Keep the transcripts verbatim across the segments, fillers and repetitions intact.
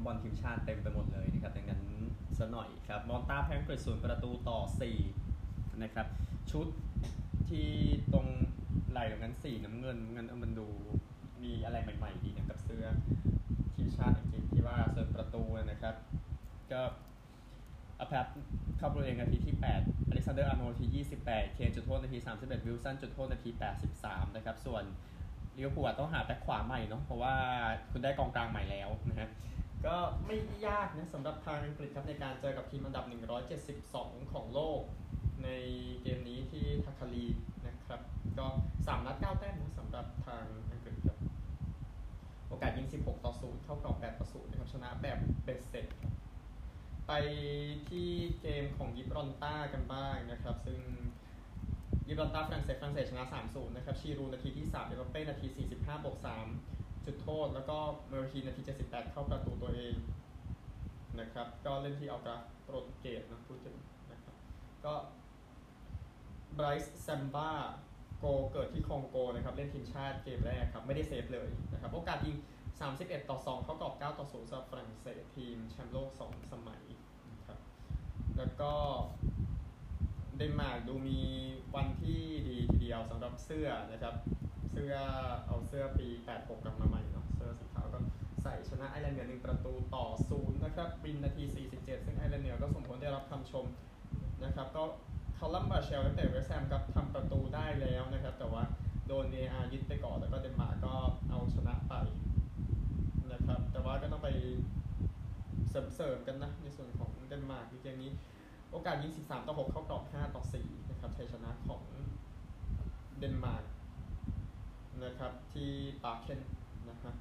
บอลทีมชาติเต็มไปหมดเลยนะครับดังนั้นซะหน่อยครับมอนตาแพ้อังกฤษศูนย์ประตูต่อสี่นะครับชุดที่ตรงไหล่ตรงนั้นสีน้ำเงินงั้นมันดูมีอะไรใหม่ๆดีนะกับเสื้อทีมชาติอังกฤษที่ว่าเสิร์ฟประตูนะครับก็อภัพเข้าประตูเองนาทีที่แปดอเล็กซานเดอร์อาร์โนลด์นาทียี่สิบแปดเคนจุดโทษนาทีสามสิบเอ็ดวิลสันจุดโทษนาทีแปดสิบสามนะครับส่วนลิเวอร์พูลต้องหาแบ็คขวาใหม่เนาะเพราะว่าคุณได้กองกลางใหม่แล้วนะฮะก็ไม่ยากนะสำหรับทางอังกฤษครับในการเจอกับทีมอันดับหนึ่งร้อยเจ็ดสิบสองของโลกในเกมนี้ที่ทาคาลีนะครับก็สามนัดเก้าแต้มนะสำหรับทางอังกฤษครับโอกาสยิงสิบหกต่อศูนย์เข้ากรอบแปดต่อศูนย์นะครับชนะแบบเบสเซ็ตไปที่เกมของยิบรอนต้ากันบ้างนะครับซึ่งยิบรอนต้าฝรั่งเศสฝรั่งเศสชนะ สามศูนย์ นะครับชีรูนาทีที่สามเดมเป้นาทีสี่สิบห้าบวกสามจุดโทษแล้วก็เมอร์ทีนาทีเจ็ดสิบแปดเข้าประตูตัวเองนะครับก็เล่นที่อัลตราโปรตุเกสนะพูดถึงนะครับก็ไบรซ์แซมบ้าโกเกิดที่คองโกนะครับเล่นทีมชาติเกมแรกครับไม่ได้เซฟเลยนะครับโอกาสยิงสามสิบเอ็ดต่อสองเข้ากรอบเก้าต่อศูนย์สำหรับฝรั่งเศสทีมแชมป์โลกสองสมัยนะครับแล้วก็เดนมาร์กดูมีวันที่ดีทีเดียวสำหรับเสื้อนะครับเสื้อเอาเสื้อปีแปดสิบหกกลับมาใหม่เนาะเสื้อสีขาวก็ใส่ชนะไอร์แลนด์เหนือหนึ่งประตูต่อศูนย์นะครับบินนาทีสี่สิบเจ็ดซึ่งไอร์แลนด์เหนือก็สมควรได้รับคำชมนะครับก็คอลัมบาเชลตั้งแต่เวสต์แฮมครับทำประตูได้แล้วนะครับแต่ว่าโดน วี อาร์ ยึดไปก่อนแล้วก็เดนมาร์กก็เอาชนะไปนะครับแต่ว่าก็ต้องไปเสริมๆกันนะในส่วนของเดนมาร์กในเกมนี้โอกาสยิงสิบสามต่อหกเข้ากรอบห้าต่อสี่นะครับชัยชนะของเดนมาร์กนะครับที่ปาร์เคนนะครับ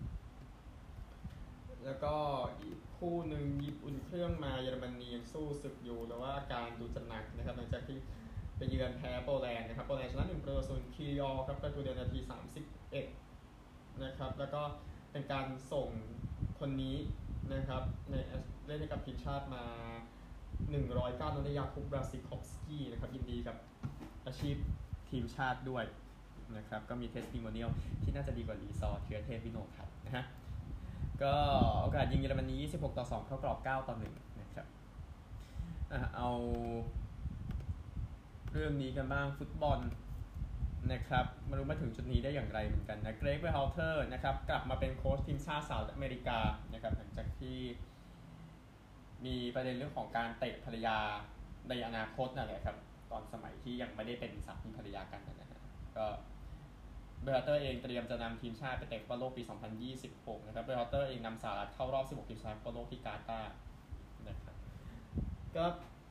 แล้วก็อีกคู่หนึ่งญี่ปุ่นเครื่องมาเยอรมนียังสู้ศึกอยู่แต่ว่าอาการดูจะหนักนะครับหลังจากที่ไปเยือนแพ้โปแลนด์นะครับโปแลนด์ชนะหนึ่งประตูต่อศูนย์คิริยอครับประตูเดียวนาทีสามสิบเอ็ดนะครับแล้วก็เป็นการส่งคนนี้นะครับในเล่นให้กับทีมชาติมาหนึ่งร้อยเก้านัดยาคุบบราซิคอฟสกี้นะครับยินดีกับอาชีพทีมชาติด้วยนะครับก็มีเทสติโมเนียลที่น่าจะดีกว่ารีซอร์เทียเทพวิโนครับนะฮะก็โอกาสยิงเยอรมนียี่สิบหกต่อสองเข้ากรอบเก้าต่อหนึ่งนะครับอ่ะเอาเรื่องนี้กันบ้างฟุตบอลนะครับมารู้มาถึงจุดนี้ได้อย่างไรเหมือนกันนะเกรกเวอร์ฮาลเทอร์นะครับกลับมาเป็นโค้ชทีมชาติสหรัฐอเมริกานะครับหลังจากที่มีประเด็นเรื่องของการเตะภรรยาในอนาคตนั่นแหละครับตอนสมัยที่ยังไม่ได้เป็นสามีภรรยากันนะฮะก็เบอร์ฮาเตอร์เองเตรียมจะนำทีมชาติไปเตะฟุตบอลโลกปีสองพันยี่สิบหกนะครับเบอร์ฮาเตอร์เองนำสหรัฐเข้ารอบสิบหกทีมชาติฟุตบอลโลกที่กาตาร์นะครับก็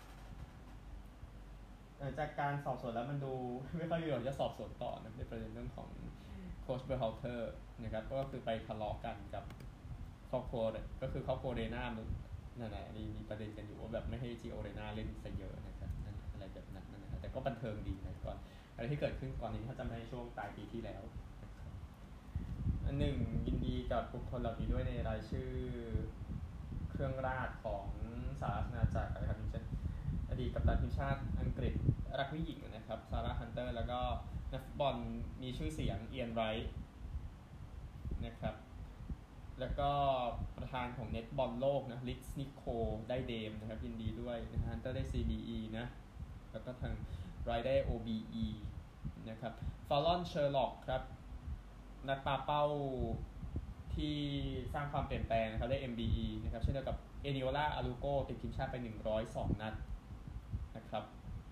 หลังจากการสอบสวนแล้วมันดูไม่ค่อยมีหวังจะสอบสวนต่อนะในประเด็นเรื่องของโค้ชเบอร์ฮาเตอร์นะครับก็คือไปทะเลาะกันกับครอบครัวก็คือครอบครัวเรน่านั่นแหละมีประเด็นกันอยู่ว่าแบบไม่ให้จีโอเรน่าเล่นซะเยอะนะครับอะไรแบบนั้นนะแต่ก็บันเทิงดีนะก่อนอะไรที่เกิดขึ้นก่อนนี้ถ้าจำได้ช่วงปลายปีที่แล้วอันหนึ่งยินดีกับบุคคลเหล่านี้ด้วยในรายชื่อเครื่องราชของสหราชอาณาจักรนะครับเช่นอดีตกัปตันทีมชาติอังกฤษรักผู้หญิงนะครับซาร่าฮันเตอร์แล้วก็นักฟุตบอลมีชื่อเสียงเอียนไรท์นะครับแล้วก็ประธานของเน็ตบอลโลกนะลิกส์นิโคได้เดมนะครับยินดีด้วยนะฮันเตอร์ได้ ซี บี อี นะแล้วก็ทางไรท์ได้ โอ บี อี นะครับฟาลอนเชอร์ล็อกครับนักปาเป้าที่สร้างความเปลี่ยนแปลงนะครับได้ เอ็ม บี อี นะครับเช่นเดียวกับเอนิโอล่าอารูโกติดทีมชาติไปหนึ่งร้อยสองนัดนะครับ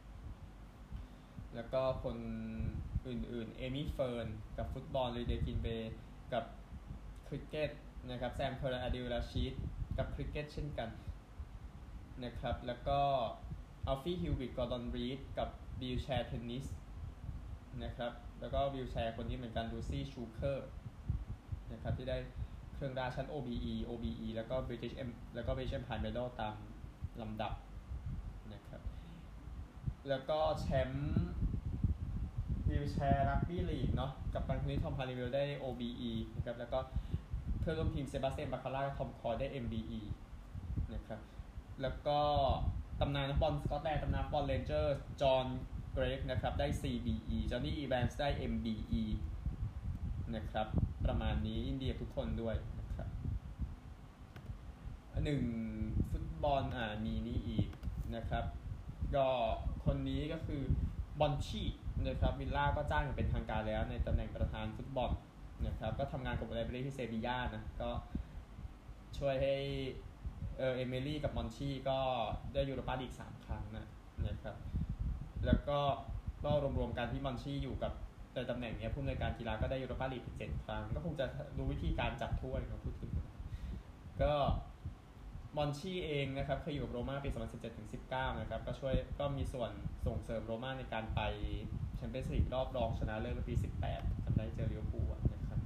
แล้วก็คนอื่นๆเอมี่เฟิร์นกับฟุตบอลเลยเดกินเบกับคริกเก็ตนะครับแซมเพอร์อาดิลราชีดกับคริกเก็ตเช่นกันนะครับแล้วก็อัลฟี่ฮิวบิกกอร์ดอนรีดกับวิลแชร์เทนนิสนะครับแล้วก็วิลแชร์คนนี้เหมือนกันลูซี่ชูเคอร์นะครับที่ได้เครื่องราชั้น โอ บี อี โอ บี อี แล้วก็ British M แล้วก็ British Empire Medal ตามลำดับนะครับแล้วก็แชมป์วิลแชร์รักบี้ลีกเนาะกับตันคนนี้ทอมพาริเวลได้ โอ บี อี นะครับแล้วก็เพื่อนร่วมทีมเซบาสเตียนบาคาร่าทอมคอร์ได้ เอ็ม บี อี นะครับแล้วก็ตำนานนักบอลสกอตแลนด์ตำนานบอลเรนเจอร์จอห์นเกรกนะครับได้ ซี บี อี จอห์นนี่อีแวนส์ได้ เอ็ม บี อี นะครับประมาณนี้อินเดียทุกคนด้วยนะครับหนึ่งฟุตบอลอ่ามีนี่อีกนะครับก็คนนี้ก็คือบอนชี่นะครับวิลล่าก็จ้างอย่างเป็นทางการแล้วในตำแหน่งประธานฟุตบอลนะครับก็ทำงานกับอะไรไปที่เซบีย่านะก็ช่วยให้เออเอมิลี่กับบอนชี่ก็ได้ยูโรปาลีกสามครั้งนะนะครับแล้วก็ก็รวมๆกันที่บอนชี่อยู่กับในตำแหน่งนี้ผู้อำนวยการกีฬาก็ได้ยูโรปาลีกเจ็ดครั้งก็คงจะรู้วิธีการจับถ้วยนะพูดถึงก็มอนชี่เองนะครับเคยอยู่กับโรม่าปีสองพันสิบเจ็ดถึงสิบเก้านะครับก็ช่วยก็มีส่วนส่งเสริมโรม่าในการไปแชมเปี้ยนส์ลีกรอบรองชนะเลิศในปีสิบแปดจำได้เจอลิเวอร์พูลนะครับ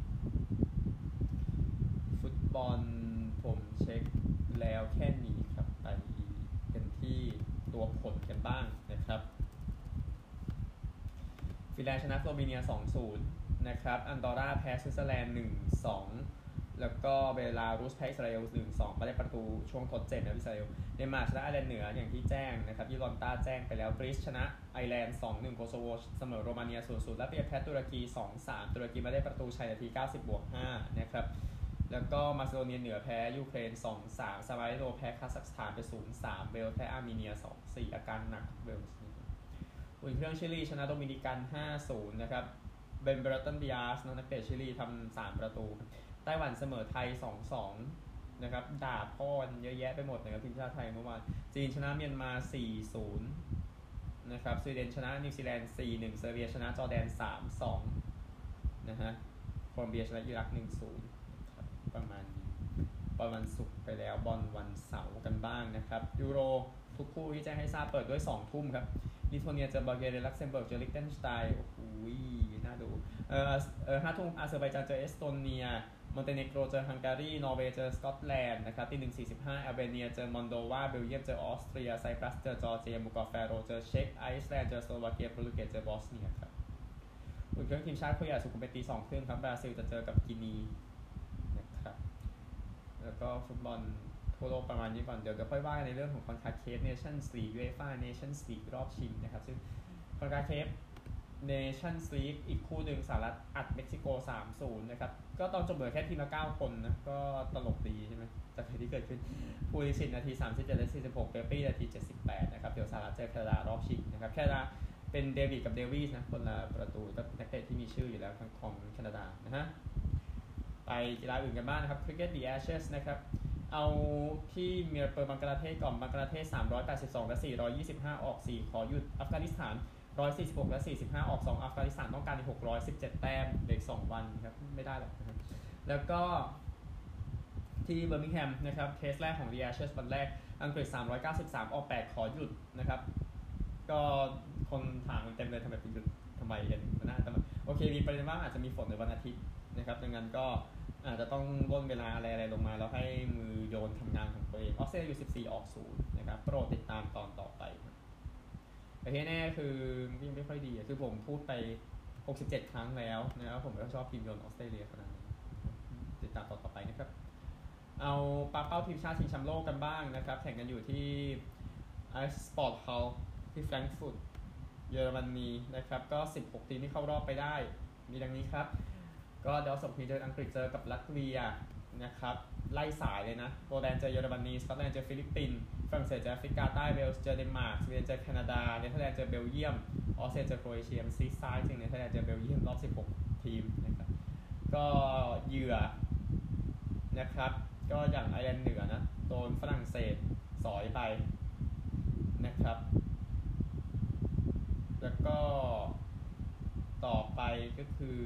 ฟุตบอลผมเช็คแล้วแค่นี้ครับไปเป็นที่ตัวผลกันบ้างนะครับฟินแลนด์ชนะสโลวีเนีย สองศูนย์ นะครับอันดอร่าแพ้สวิตเซอร์แลนด์ หนึ่งสองแล้วก็เบลารุสแพ้อิสราเอล หนึ่งสอง ไปได้ประตูช่วงทดเจ็บนะอิสราเอลเดนมาร์กชนะไอร์แลนด์เหนืออย่างที่แจ้งนะครับยูรอนต้าแจ้งไปแล้วกรีซชนะไอร์แลนด์ สองหนึ่ง โคโซโวเสมอโรมาเนีย ศูนย์ศูนย์ และเปียแพ้ตุรกี สองสาม ตุรกีมาได้ประตูชัยนาที เก้าสิบบวกห้า นะครับแล้วก็มาซิโดเนียเหนือแพ้ยูเครน สองสาม ซาบาเลโรแพ้คาซัคสถานไป ศูนย์สาม เบลแพ้อาร์เมเนีย สองสี่ อาการหนักเบลอุ่นเครื่องชิลีชนะโดมินิกัน ห้าศูนย์ นะครับเบนเบรตันดิอาสนักเตะชิลีทำสามประตูไต้หวันเสมอไทย สองสอง นะครับด่าพ่อเยอะแยะไปหมดนะครับทีมชาติไทยเมื่อวานจีนชนะเมียนมา สี่ศูนย์ นะครับสวีเดนชนะนิวซีแลนด์ สี่หนึ่ง เซอร์เบียชนะจอร์แดน สามสอง นะฮะโคลอมเบียชนะอิรัก หนึ่งศูนย์ นะครับประมาณนี้ประมาณศุกร์ไปแล้วบอลวันเสาร์กันบ้างนะครับยูโรทุกคู่ที่แจ้งให้ทราบเปิดด้วย สองทุ่มครับลิทัวเนียเจอบัลแกเรียลักเซมเบิร์กเจอลิกเทนสไตน์โอ้โหน่าดูเออเออห้าทุ่มอาเซอร์ไบจานเจอเอสโตเนียมอนเตเนโกรเจอฮังการีนอร์เวย์เจอสกอตแลนด์นะครับตีหนึ่งสี่สิบห้าแอลเบเนียเจอมอนโดวาเบลเยียมเจอออสเตรียไซปรัสเจอจอร์เจียมูกาแฟโรเจอเช็กไอซ์แลนด์เจอสโลวาเกียโปรตุเกสเจอบอสเนียครับอุ่นเครื่องทีมชาติคุยกับสุขุมวิทตีสองครึ่งครับบราซิลจะเจอกับกินีนะครับแล้วก็ฟุตบอลทั่วโลกประมาณนี้ก่อนเดี๋ยวจะค่อยว่าในเรื่องของคอนคาเคฟเนชั่นส์ลีกยูเอฟ่าเนชั่นส์ลีกรอบชิงนะครับซึ่งคอนคาเคฟเนชั่นส์ลีกอีกคู่หนึ่งสหรัฐอัดเม็กซิโก สามศูนย์ นะครับก็ตอนจบเหลือแค่ทีมละเก้าคนนะก็ตลกดีใช่ไหมจากที่เกิดขึ้นพูลิสิตนาทีสามสิบเจ็ดและสี่สิบหกเปปี้นาทีเจ็ดสิบแปดนะครับเดี๋ยวสหรัฐเจอแคนาดารอบชิงนะครับแคนาดาเป็นเดวิดกับเดวิสนะคนละประตูก็นักเตะที่มีชื่ออยู่แล้วของแคนาดานะฮะไปกีฬาอื่นกันบ้างนะครับคริกเก็ตดีแอชเชสนะครับเอาที่เมียร์เปอร์บังกลาเทศก่อนบังกลาเทศสามร้อยแปดสิบสองและสี่ร้อยยี่สิบห้าออกสี่ขอหยุดอัฟกานิสถานหนึ่งร้อยสี่สิบหกและสี่สิบห้าออกสองอัฟกานิสถานต้องการอีกหกร้อยสิบเจ็ดแต้มเหลืออีกสองวันครับไม่ได้หรอกนะครับแล้วก็ที่เบอร์มิงแฮมนะครับเทสแรกของ The Ashes วันแรกอังกฤษสามร้อยเก้าสิบสามออกแปดขอหยุดนะครับก็คนถามเต็มเลยทำไมเป็นหยุดทำไมกันนะแต่โอเคมีประเด็นว่าอาจจะมีฝนในวันอาทิตย์นะครับดังนั้นก็อาจจะต้องล่นเวลาอะไรอะไรลงมาแล้วให้มือโยนทำงานของตัวเองออสเตรเลียอยู่สิบสี่ออกศูนย์นะครับโปรดติดตามตอนต่อไปแต่ที่แน่คือยังไม่ค่อยดีคือผมพูดไปหกสิบเจ็ดครั้งแล้วนะครับผมก็ชอบทีมโยนออสเตรเลียขนาดนี้ติดตามตอนต่อไปนะครับเอาปาเป้าทีมชาติชิงแชมป์โลกกันบ้างนะครับแข่งกันอยู่ที่ไอสปอร์ตฮอลล์ที่แฟรงก์ฟุร์ตเยอรมนีนะครับก็สิบหกทีมที่เข้ารอบไปได้มีดังนี้ครับก็เดี๋ยวสมทีเจออังกฤษเจอกับลัตเวียนะครับไล่สายเลยนะโปแลนด์เจอเยอรมนีสกอตแลนด์เจอฟิลิปปินส์ฝรั่งเศสเจอแอฟริกาใต้เวลส์เจอเดนมาร์กสวีเดนเจอแคนาดาเนเธอร์แลนด์เจอเบลเยียมออสเตรเลียเจอโครเอเชียซีซ่าจึงเนเธอร์แลนด์เจอเบลเยียมรอบสิบหกทีมนะครับก็เหยื่อนะครับก็อย่างไอร์แลนด์เหนือนะโดนฝรั่งเศสสอยไปนะครับแล้วก็ต่อไปก็คือ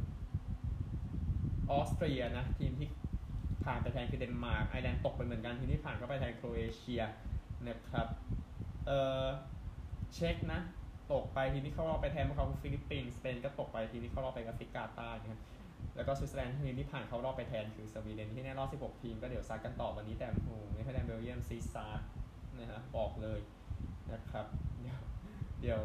ออสเตรียนะทีมที่ผ่านไปแทนคือเดนมาร์กไอร์แลนด์ตกไปเหมือนกันทีมที่ผ่านก็ไปแทนโครเอเชียนะครับเออเช็กนะตกไปทีมที่เข้ารอบไปแทนพวกเขาฟิลิปปินส์สเปนก็ตกไปทีมที่เข้ารอบไปแอฟริกาใต้นะครับแล้วก็สวิตเซอร์แลนด์ทีมที่ผ่านเข้ารอบไปแทนคือสวีเดนที่แน่รอบสิบหกทีมก็เดี๋ยวซัดกันต่อวันนี้แต่โอ้โหเนเธอร์แลนด์เบลเยียมซีซ่านะฮะบอกเลยนะครับเดี๋ยวเดี๋ยว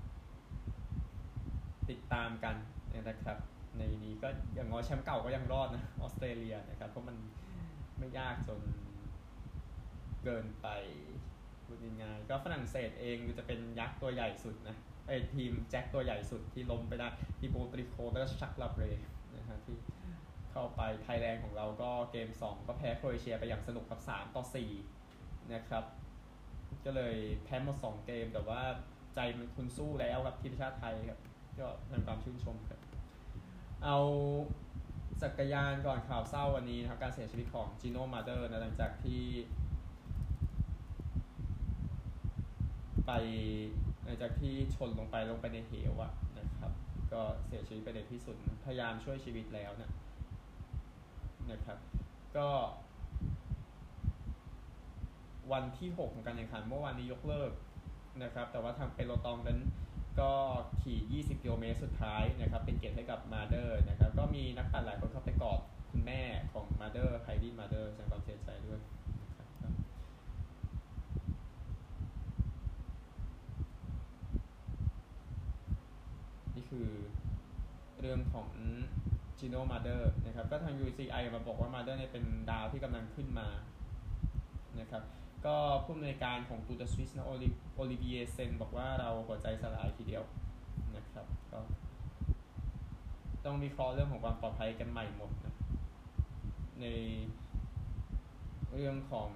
ติดตามกันนะครับในนี้ก็อย่างน้อยแชมป์เก่าก็ยังรอดนะออสเตรเลียนะครับเพราะมันไม่ยากจนเกินไปพูดง่ายๆก็ฝรั่งเศสเองจะเป็นยักษ์ตัวใหญ่สุดนะไอทีมแจ็คตัวใหญ่สุดที่ล้มไปได้ที่โปรตริโคแล้วก็ชักลาเบรนะฮะที่เข้าไปไทยแลนด์ของเราก็เกมสองก็แพ้โครเอเชียไปอย่างสนุกครับสามต่อสี่นะครับก็เลยแพ้หมดสองเกมแต่ว่าใจมันคุณสู้แล้วครับทีมชาติไทยครับก็เป็นความชื่นชมครับเอาจักรยานก่อนข่าวเศร้าวันนี้นะครับการเสียชีวิตของจิโน่มาเดอร์นะหลังจากที่ไปหลังจากที่ชนลงไปลงไปในเหวอะนะครับก็เสียชีวิตไปในที่สุดพยายามช่วยชีวิตแล้วนะนะครับก็วันที่หกของการแข่งขันเมื่อวานนี้ยกเลิกนะครับแต่ว่าทางเปโลตองนั้นก็ขี่ยี่สิบกิโลเมตรสุดท้ายนะครับเป็นเกียรติให้กับมาเดอร์นะครับก็มีนักปั่นหลายคนเข้าไปกอดคุณแม่ของมาเดอร์ไฮดี้มาเดอร์แสดงความเสียใจด้วยนะครับนี่คือเรื่องของจิโน่มาเดอร์นะครับก็ทาง ยู ซี ไอ มาบอกว่ามาเดอร์เนี่ยเป็นดาวที่กำลังขึ้นมานะครับก็ผู้อำนวยการของตูตาสวิสนะโอลิเวียเซนบอกว่าเราหัวใจสลายทีเดียวนะครับก็ต้องวิเคราะห์เรื่องของความปลอดภัยกันใหม่หมดนะในเรื่องของ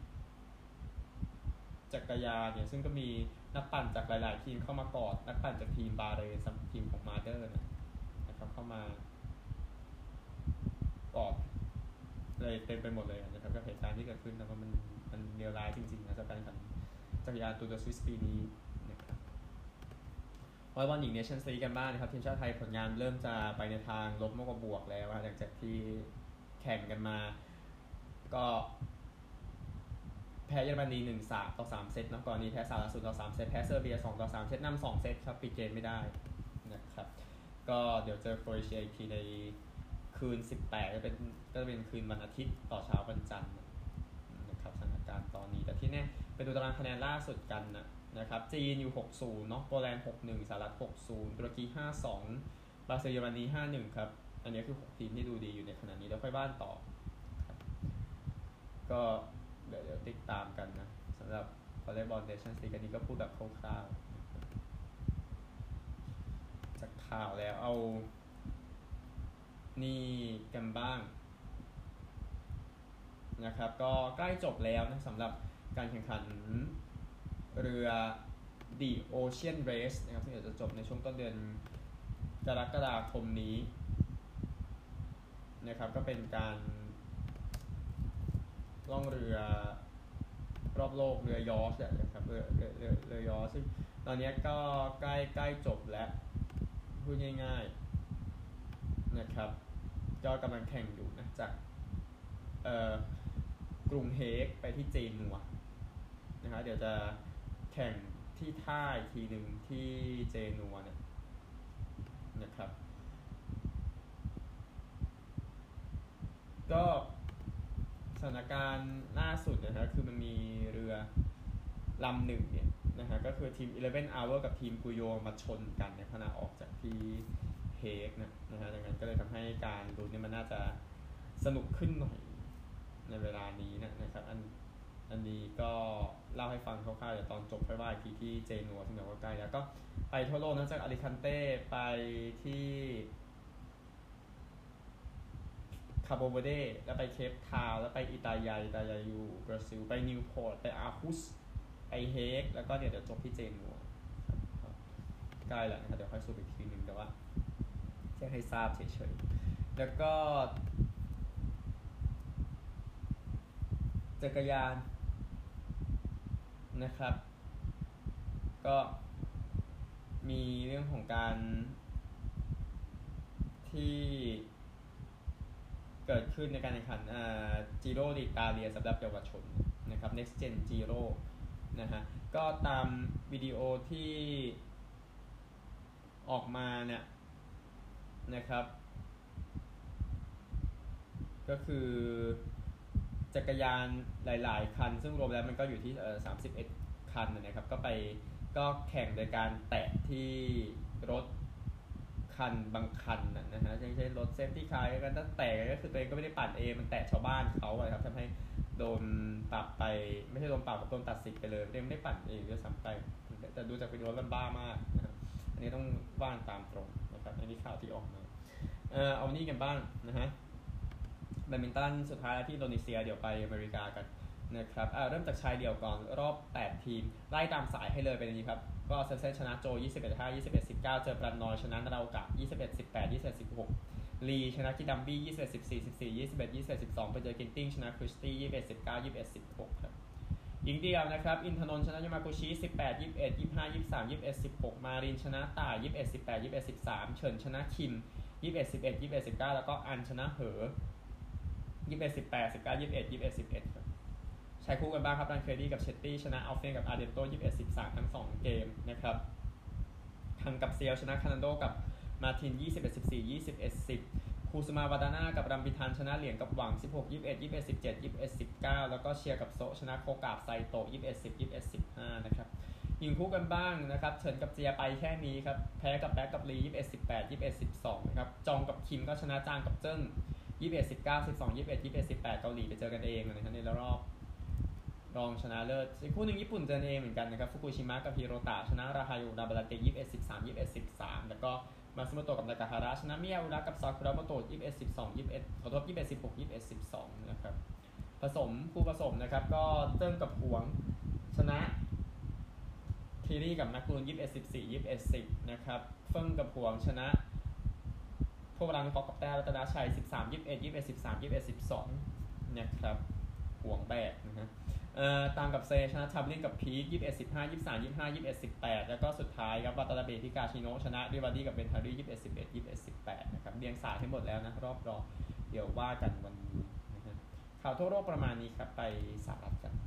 จักรยานเนี่ยซึ่งก็มีนักปั่นจากหลายๆทีมเข้ามากอดนักปั่นจากทีมบาเรนทีมของมาเดอร์นะครับเข้ามากอดเลยเต็มไปหมดเลยนะครับกับเหตุการณ์ที่เกิดขึ้นนะว่ามันมันเลวร้ายจริงๆนะสำหรับการแข่งขันจักรยานตูตาสวิสปีนี้นะครับวอลเลย์บอลหญิงเนชั่นซีกันบ้างนะครับทีมชาติไทยผลงานเริ่มจะไปในทางลบมากกว่าบวกแล้วหลังจากที่แข่งกันมาก็แพ้เยอรมนีหนึ่งสามต่อสามเซตนะก่อนนี้แพ้สหรัฐศูนย์ต่อสามเซตแพ้เซอร์เบียสองต่อสามเซตนำสองเซตครับปิดเกมไม่ได้นะครับก็เดี๋ยวเจอโครเอเชียอีกทีในคืนสิบแปดก็เป็นก็เป็นคืนวันอาทิตย์ต่อเช้าวันจันทร์นะครับสถานการณ์ตอนนี้แต่ที่แน่ไปดูตารางคะแนนล่าสุดกันนะนะครับจีนอยู่หกศูนย์เนาะโปแลนด์หกหนึ่งสหรัฐหกศูนย์ตุรกีห้าสองบราซิลเยอรมนีห้าหนึ่งครับอันนี้คือหกทีมที่ดูดีอยู่ในขณะนี้แล้วค่อยบ้านต่อก็เดี๋ยวเดี๋ยวติดตามกันนะสำหรับวอลเลย์บอลเนชั่นซีกันนี้ก็พูดแบบคร่าวๆจากข่าวแล้วเอานี่กันบ้างนะครับก็ใกล้จบแล้วนะสำหรับการแข่งขันเรือ The Ocean Race นะครับที่จะจบในช่วงต้นเดือนกรกฎาคมนี้นะครับก็เป็นการล่องเรือรอบโลกเรือยอชต์นะครับเรือเรือเรือเรือยอชต์ซึ่งตอนนี้ก็ใกล้ใกล้จบแล้วพูดง่ายๆนะครับก็กำลังแข่งอยู่นะจากเอ่อกรุงเฮกไปที่เจนัวนะฮะเดี๋ยวจะแข่งที่ท่าอีกทีหนึ่งที่เจนัวเนี่ยนะครับก็สถานการณ์ล่าสุดนะฮะคือมันมีเรือลำหนึ่งเนี่ยนะฮะก็คือทีมสิบเอ็ด hour กับทีมกุโยมาชนกันในขณะออกจากที่เฮกนะนะฮะดังนั้นก็เลยทำให้การลุ้นเนี่ยมันน่าจะสนุกขึ้นหน่อยในเวลานี้นะนะครับอันอันนี้ก็เล่าให้ฟังคร่าวๆเดี๋ยวตอนจบค่อยว่าอีกทีที่เจนัวซึ่งเดี๋ยวก็ใกล้แล้วก็ไปทั่วโลกนะจากอาริคันเต้ไปที่คาโบเวเดแล้วไปเคปทาวน์แล้วไปอิตาลีอิตาลีอยู่บราซิลไปนิวพอร์ตไปอาร์คุสไปเฮกแล้วก็เดี๋ยวเดี๋ยวจบที่เจนัวใกล้แล้วนะครับเดี๋ยวค่อยสรุปอีกทีนึงแต่ว่าแค่ให้ทราบเฉยๆแล้วก็จักรยานนะครับก็มีเรื่องของการที่เกิดขึ้นในการแข่งขันจิโร่ดิตาเลียสำหรับเยาวชนนะครับ Next Gen Giro นะฮะก็ตามวิดีโอที่ออกมาเนี่ยนะครับก็คือจักรยานหลายๆคันซึ่งรวมแล้วมันก็อยู่ที่สามสิบเอ็ดคันนะครับก็ไปก็แข่งโดยการแตะที่รถคันบางคันนะฮะอย่างเช่นรถเซฟตี้คาร์กันตั้งแต่ก็คือตัวเองก็ไม่ได้ปั่นเองมันแตะชาวบ้านเขาอะครับทำให้โดนปรับไปไม่ใช่โดนปรับโดนตัดสิทธิ์ไปเลยไม่ได้ปั่นเองด้วยซ้ำไปแต่ดูจากวิดีโอมันบ้ามากนะครับอันนี้ต้องว่านตามตรงนะครับอันนี้ข่าวที่ออกมาเออเอานี่กันบ้างนะฮะแบดมินตันสุดท้ายที่อินโดนีเซียเดี๋ยวไปอเมริกากันนะครับเริ่มจากชายเดี่ยวก่อนรอบแปดทีมไล่ตามสายให้เลยเป็นอย่างนี้ครับก็เซนเซชนะโจ ยี่สิบเอ็ด ห้า ยี่สิบเอ็ด สิบเก้า เจอปรันนอยชนะนาราโอกะ ยี่สิบเอ็ด สิบแปด ยี่สิบเอ็ด สิบหก ลีชนะกิดัมบี้ ยี่สิบเอ็ด สิบสี่ สิบสี่ ยี่สิบเอ็ด ยี่สิบเอ็ด สิบสอง ไปเจอกินติ้งชนะคริสตี้ ยี่สิบเอ็ด สิบเก้า ยี่สิบเอ็ด สิบหกครับหญิงเดี่ยวนะครับอินทนนท์ชนะยามากุชิ สิบแปด ยี่สิบเอ็ด ยี่สิบห้า ยี่สิบสาม ยี่สิบเอ็ด สิบหก มารินชนะต่าย ยี่สิบเอ็ด สิบแปด ยี่สิบเอ็ด สิบสาม เฉินชนะคิม ยี่สิบเอ็ด สิบเอ็ด ยี่สิบเอ็ด สิบเก้า แล้วก็อันชนะเหอ ยี่สิบเอ็ด สิบแปด สิบเก้า ยี่สิบเอ็ด ยี่สิบเอ็ด สิบเอ็ดครับใช้คู่กันบ้างครับดันเครดี้กับเชตตี้ชนะอัลเฟนกับอาร์เดนโต ยี่สิบเอ็ด สิบสาม ทั้งสองเกมนะครับคังกับเซียวชนะคานันโดกับมาทิน ยี่สิบเอ็ด สิบสี่ ยี่สิบเอ็ด สิบคูซูมาวาดาน่ากับรัมบิทันชนะเหลียงกับหวัง สิบหก ยี่สิบเอ็ด ยี่สิบเอ็ด สิบเจ็ด ยี่สิบเอ็ด สิบเก้า แล้วก็เชียร์กับโซชนะโคกาบไซโตะ ยี่สิบเอ็ด สิบ ยี่สิบเอ็ด สิบห้านะครับยิงคู่กันบ้างนะครับเฉินกับเจียไปแค่นี้ครับแพ้กับแบ็กกับลี ยี่สิบเอ็ด สิบแปด ยี่สิบเอ็ด สิบสองนะครับจองกับคิมก็ชนะจางกับเจิ้ง ยี่สิบเอ็ด สิบเก้า สิบสอง ยี่สิบเอ็ด ยี่สิบเอ็ด สิบแปดเกาหลีไปเจอกันเองนะครับในรอบรองชนะเลิศอีกคู่หนึ่งญี่ปุ่นเจอเองเหมือนกันนะครับฟุกุชิมะกับฮิโรตะชนะราฮายุนาบาราเตะ ยี่สิบเอ็ด สิบสาม ยี่สิบเอ็ด สิบสามแล้วก็มาซึโมโตะกับนากาฮาระชนะมิยาอุระกับซากุระโมโตะ ยี่สิบเอ็ด สิบสอง ยี่สิบเอ็ดขอโทษ ยี่สิบเอ็ด สิบหก ยี่สิบเอ็ด สิบสองนะครับผสมคู่ผสมนะครับก็เจิ้งกับหวงชนะทีรี่กับนักลุน ยี่สิบเอ็ด สิบสี่ ยี่สิบเอ็ด สิบนะครับเฟิ่งกับหวงชนะพวกรังฟอกกับแต้รัตนชัย สิบสาม ยี่สิบเอ็ด ยี่สิบเอ็ด สิบสาม ยี่สิบเอ็ด สิบสองนะครับหวงแบกนะฮะเอ่อตามกับเซชนะทับลินกับพีค ยี่สิบเอ็ด สิบห้า ยี่สิบสาม ยี่สิบห้า ยี่สิบเอ็ด สิบแปดแล้วก็สุดท้ายครับวัตตาเบที่กาชิโนะชนะริวาดี้กับเบนทารี ยี่สิบเอ็ด สิบเอ็ด ยี่สิบเอ็ด สิบแปดนะครับเรียงสายให้หมดแล้วนะรอบรองเดี๋ยวว่ากันวันนี้นะฮะข่าวทั่วโลกประมาณนี้ครับไปสหรัฐกัน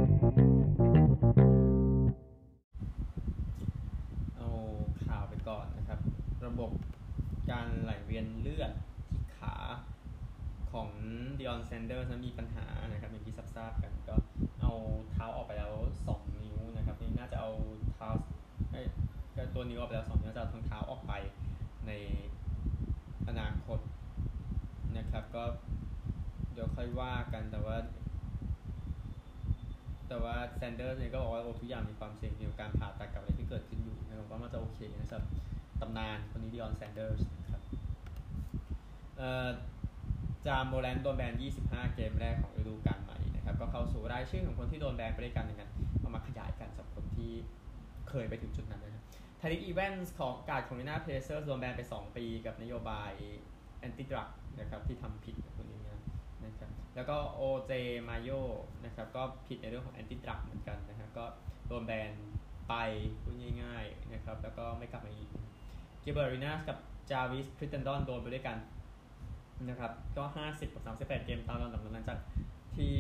เอาข่าวไปก่อนนะครับระบบการไหลเวียนเลือดที่ขาของดิออนแซนเดอร์นั้นมีปัญหานะครับอย่างที่ทราบกันก็เอาเท้าออกไปแล้วสองนิ้วนะครับนี่น่าจะเอาเท้าไอ้ตัวนิ้วออกไปแล้วสองนิ้วน่าจะเอาทั้งเท้าออกไปในอนาคตนะครับก็เดี๋ยวค่อยว่ากันแต่ว่าแต่ว่าแซนเดอร์เนี่ยก็บอกว่าทุกอย่างมีความเสี่ยงเกี่ยวกับการผ่าตัดกับอะไรที่เกิดขึ้นอยู่นะครับว่ามันจะโอเคนะครับตำนานคนนี้ดิออนแซนเดอร์นะครับเอ่อจามโมแลนด์โดนแบนยี่สิบห้าเกมแรกของฤดูกาลใหม่นะครับก็เข้าสู่รายชื่อของคนที่โดนแบนไปด้วยกันอย่างนั้นเอามาขยายกันสำหรับคนที่เคยไปถึงจุดนั้นนะครับไทลิกอีเวนส์ของการของมินาเพเซอร์โดนแบนไปสองปีกับนโยบายแอนตี้ดรักนะครับที่ทำผิดคนนี้นะครับแล้วก็โอเจมาโยนะครับก็ผิดในเรื่องของแอนตี้ดรักเหมือนกันนะครับก็โดนแบนไปพูดง่ายๆนะครับแล้วก็ไม่กลับมาอีกเกเบอรินาสกับจาวิสคริสเตนดอนโดนไปด้วยกันนะครับก็ห้าสิบกับสามสิบแปดเกมตามลำดับหลังจากที่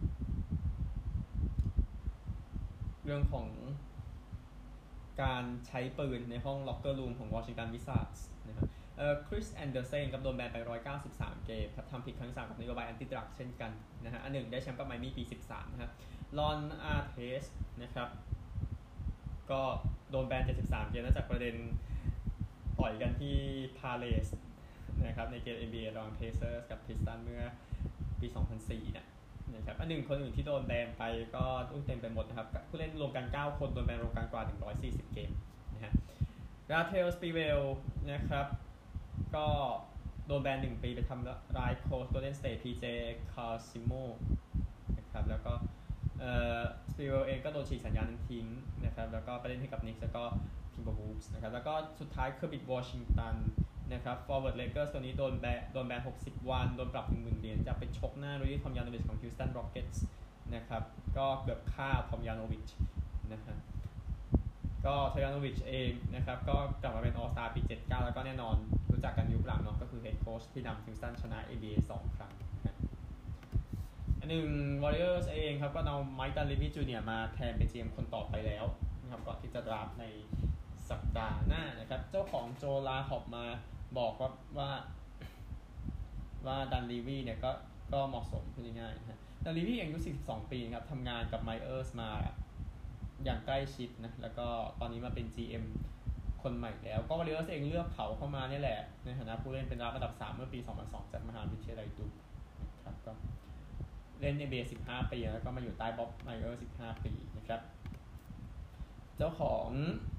เรื่องของการใช้ปืนในห้องล็อกเกอร์รูมของวอชิงตันวิซาร์ดนะครับเอ่อคริสแอนเดอร์เซนกับโดนแบนไปหนึ่งร้อยเก้าสิบสามเกมครับทำผิดครั้งที่สามกับนโยบายแอนตี้ดรักเช่นกันนะฮะอันหนึ่งได้แชมป์กับไมมี่ปีสิบสามนะครับลอนอาร์เทสนะครับก็โดนแบนเจ็ดสิบสามเกมเนื่องจากประเด็นต่อยกันที่พาเลสนะครับในเกม เอ็น บี เอ ระหว่าง Pacers กับ Pistons เมื่อปีสองพันสี่นะนะครับอันหนึ่งคนอื่นที่โดนแบนไปก็อุ้งเต็มไปหมดนะครับผู้เล่นรวมกันเก้าคนโดนแบนรวมกันกว่าหนึ่งร้อยสี่สิบเกมนะฮะราเทลสปีเวลนะครับก็โดนแบนหนึ่งปีไปทำร้ายโค้ชโกลเด้นสเตท พี เจ คาร์ซิโมนะครับแล้วก็เอ่อสปีเวลเองก็โดนฉีกสัญญานั้นทิ้งนะครับแล้วก็ไปเล่นให้กับนิกส์แล้วก็ทิมเบอร์วูฟส์นะครับแล้วก็สุดท้ายเคอร์บิทวอชิงตันนะครับ Forward Lakers ตัวนี้โดนแบนโดนแบนหกสิบวันโดนปรับ หนึ่งหมื่น เหรียญจะไปชกหน้าโดยที่ทอมยานโนวิชของ Houston Rockets นะครับก็เกือบฆ่าทอมยานโนวิชนะฮะก็ทอมยานโนวิชเองนะครับก็กลับมาเป็น All Star ปีเจ็ดสิบเก้าแล้วก็แน่นอนรู้จักกันยุคหลังเนาะก็คือ Head Coach ที่นำ Houston ชนะ เอ บี เอ สองครั้งนะอันหนึ่ง Warriors เองครับก็เอาไมค์ ดันลิวี่ จูเนียร์ มาแทนเป็น จี เอ็ม คนต่อไปแล้วนะครับก่อนที่จะดราฟในสัปดาห์หน้านะครับเจ้าของโจลาฮอบมาบอกว่าว่าว่าดันลีวีเนี่ยก็ก็เหมาะสมพูดง่ายๆนะฮะดันลีวีอายุสี่สิบสองปีครับทำงานกับไมเออร์สมาอย่างใกล้ชิดนะแล้วก็ตอนนี้มาเป็น จี เอ็ม คนใหม่แล้วก็วอริเออร์สเองเลือกเขาเข้ามาเนี่ยแหละในฐานะผู้เล่นเป็นระดับสามเมื่อปีสองพันสองจากมหาวิทยาลัยดุนะครับก็เล่นในเบสิบห้าปีแล้วก็มาอยู่ใต้บ๊อบไมเออร์สิบห้าปีนะครับเจ้าของ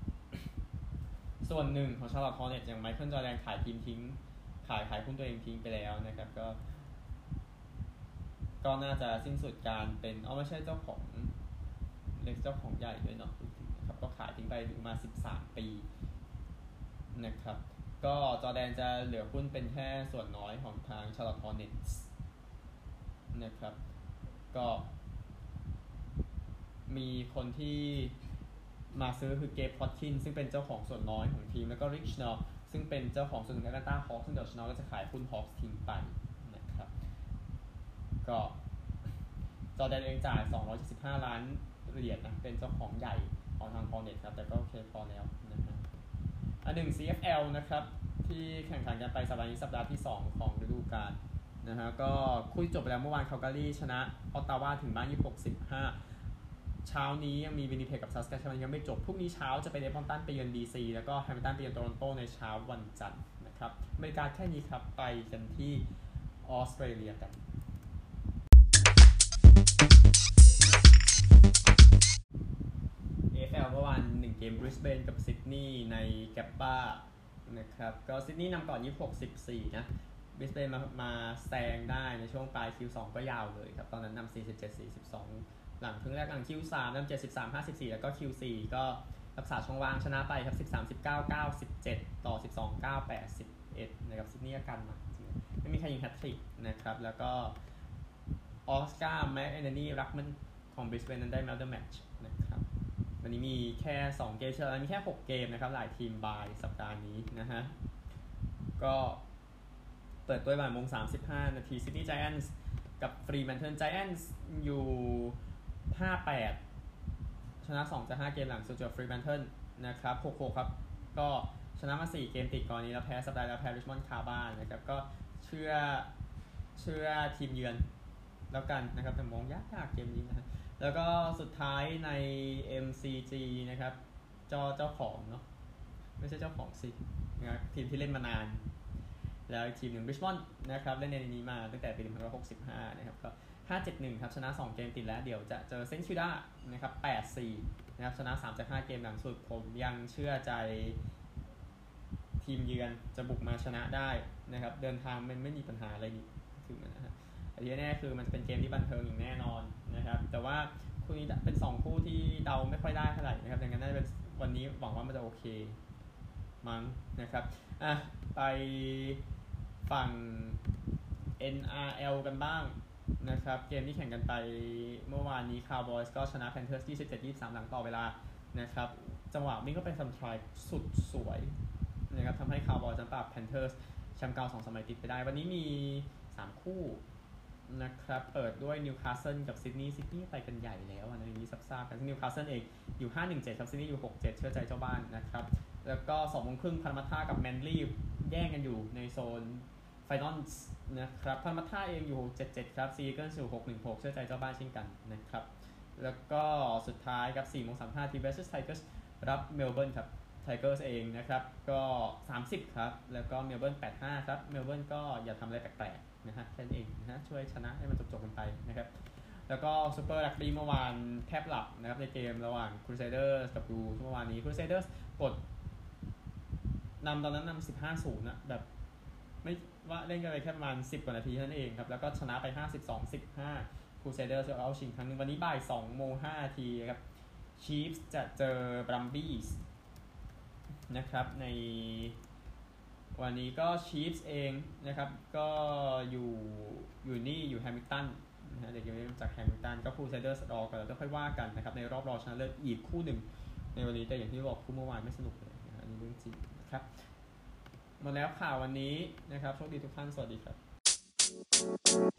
ส่วนหนึ่งของชาร์ลอตต์ฮอร์เน็ตส์อย่างไมเคิลจอร์แดนขายทีมทิ้งขายขายหุ้นตัวเองทิ้งไปแล้วนะครับก็ก็น่าจะสิ้นสุดการเป็นอ๋อไม่ใช่เจ้าของเล็กเจ้าของใหญ่ด้วยเนาะนะครับก็ขายทิ้งไปประมาณสิบสามปีนะครับก็จอร์แดนจะเหลือหุ้นเป็นแค่ส่วนน้อยของทาง Charlotte Hornets นะครับก็มีคนที่มาซื้อคือเกฟพอตคินซึ่งเป็นเจ้าของส่วนน้อยของทีมแล้วก็ริชนอลซึ่งเป็นเจ้าของส่วนหนึ่งของแอตแลนต้าฮอคส์ซึ่งเดี๋ยวชนอลก็จะขายหุ้นฮอคส์ทิ้งไปนะครับก็จอร์แดนเองจ่ายสองร้อยเจ็ดสิบห้าล้านเหรียญนะเป็นเจ้าของใหญ่ของทาง Hornets ครับแต่ก็โอเคพอแล้วนะฮะอันหนึ่ง ซี เอฟ แอล นะครับที่แข่งขันกันไปสัปดาห์นี้สัปดาห์ที่สองของฤดูกาลนะฮะก็คุยจบไปแล้วเมื่อวานคาลการีชนะออตตาวาถึงบ้านยี่สิบหก สิบห้าเช้านี้ยังมีวินนิเพกกับซัสแคชแวนยังไม่จบพรุ่งนี้เช้าจะเป็นเอฟมอนตันไปเยือน ดี ซี แล้วก็แฮมิลตันไปเยือนโตรอนโตในเช้าวันจันทร์นะครับอเมริกาแค่นี้ครับไปกันที่ออสเตรเลียกัน เอ เอฟ แอล เมื่อวานหนึ่งเกมบริสเบนกับซิดนีย์ในแกปป้านะครับก็ซิดนีย์นำก่อน ยี่สิบหก สิบสี่ นะบริสเบนมามาแซงได้ในช่วงปลาย คิว สอง ก็ยาวเลยครับตอนนั้นนำ สี่สิบเจ็ด สี่สิบสอง หลังครึ่งแรกหลัง คิว สาม นำ เจ็ดสิบสาม ห้าสิบสี่ แล้วก็ คิว สี่ ก็รักษาช่องว่างชนะไปครับ สิบสาม สิบเก้า เก้า สิบเจ็ด ต่อ สิบสอง เก้า แปด สิบเอ็ดนะครับซิดนีย์อาการหนักจริงไม่มีใครยิงแฮตทริกนะครับแล้วก็ออสการ์แม็กแอนโทนีรักมันของบริสเบนนั้นได้แมนเดอร์แมตช์นะครับวันนี้มีแค่สองเกมเชียวมีแค่หกเกมนะครับหลายทีมบายสัปดาห์นี้นะฮะก็เปิดตัวบ่ายโมงสามสิบห้านาที Sydney Giants กับ Fremantle Giants อยู่ ห้าแปด ชนะสองจากห้าเกมหลังสุดจาก Fremantle นะครับ หกหก ครับก็ชนะมาสี่เกมติดก่อนนี้แล้วแพ้สัปดาห์แล้วแพ้ Richmond คาบ้านนะครับก็เชื่อเชื่อทีมเยือนแล้วกันนะครับแต่มองยากๆเกมนี้นะฮะแล้วก็สุดท้ายใน เอ็ม ซี จี นะครับเจ้าเจ้าของเนาะไม่ใช่เจ้าของสินะครับทีมที่เล่นมานานแล้วทีมหนึ่ง Richmond นะครับเล่นในนี้มาตั้งแต่ปีหนึ่งพันเก้าร้อยหกสิบห้านะครับก็ห้าเจ็ดหนึ่งครับชนะสองเกมติดแล้วเดี๋ยวจะเจอเซนต์คิวด้านะครับแปดสี่นะครับชนะสามจากห้าเกมหลังสุดผมยังเชื่อใจทีมเยือนจะบุกมาชนะได้นะครับเดินทางมันไม่มีปัญหาอะไรนี่ถึงนะฮะแต่ที่แน่คือมันจะเป็นเกมที่บันเทิงอย่างแน่นอนนะครับแต่ว่าคู่นี้เป็นสองคู่ที่เดาไม่ค่อยได้เท่าไหร่นะครับดังนั้นน่าจะเป็นวันนี้หวังว่ามันจะโอเคมั้งนะครับอ่ะไปฝั่ง เอ็น อาร์ แอล กันบ้างนะครับเกมที่แข่งกันไปเมื่อวานนี้ Cowboys ก็ชนะ Panthers ยี่สิบเจ็ด ยี่สิบสาม หลังต่อเวลานะครับจังหวะวิ่งก็เป็นซัมไทร์สุดสวยนะครับทำให้ Cowboys ชนะ Panthers แชมป์เก่าสองสมัยติดไปได้วันนี้มีสามคู่นะครับเปิดด้วย Newcastle กับ Sydney Sydney ไปกันใหญ่แล้วอันนี้ทราบๆกัน Newcastle เองอยู่ ห้าหนึ่งเจ็ด ครับ Sydney อยู่ หกเจ็ด เชื่อใจเจ้าบ้านนะครับแล้วก็ สองโมงครึ่ง Parramatta กับ Manly แย่งกันอยู่ในโซนไฟนอลนะครับพันมัทท่าเองอยู่ เจ็ดเจ็ด ครับซีเกิลอยู่ หกหนึ่งหก เชื่อใจเจ้าบ้านเช่นกันนะครับแล้วก็สุดท้ายครับ สี่โมงสามสิบห้า ที West Tigers รับเมลเบิร์นครับ Tigers เองนะครับก็สามสิบครับแล้วก็เมลเบิร์นแปดห้าครับเมลเบิร์นก็อย่าทำอะไรแปลกๆนะฮะแค่นั้นเองนะฮะช่วยชนะให้มันจบๆกันไปนะครับแล้วก็ซูเปอร์รักบี้เมื่อวานแทบหลับนะครับในเกมระหว่าง Crusaders กับ Blues เมื่อวานนี้ Crusaders กดนำตอนนั้นนำ สิบห้าศูนย์ นะแบบไม่ว่าเล่นกันไปแค่ประมาณสิบกว่านาทีเท่านั้นเองครับแล้วก็ชนะไป ห้าสิบสอง สิบห้า Crusaders จะเอาชิงครั้งนึงวันนี้บ่าย สองโมงห้านาทีครับ Chiefs จะเจอ Brumbies นะครับในวันนี้ก็ Chiefs เองนะครับก็อยู่อยู่นี่อยู่แฮมิลตันนะฮะเด็กยังไม่รู้จักแฮมิลตันก็ Crusaders รอกันแล้วก็ค่อยว่ากันนะครับในรอบรองชนะเลิศอีกคู่หนึ่งในวันนี้แต่อย่างที่บอกคู่เมื่อวานไม่สนุกเลยนะอันนี้เรื่องจริงนะครับหมดแล้วข่าววันนี้นะครับโชคดีทุกท่านสวัสดีครับ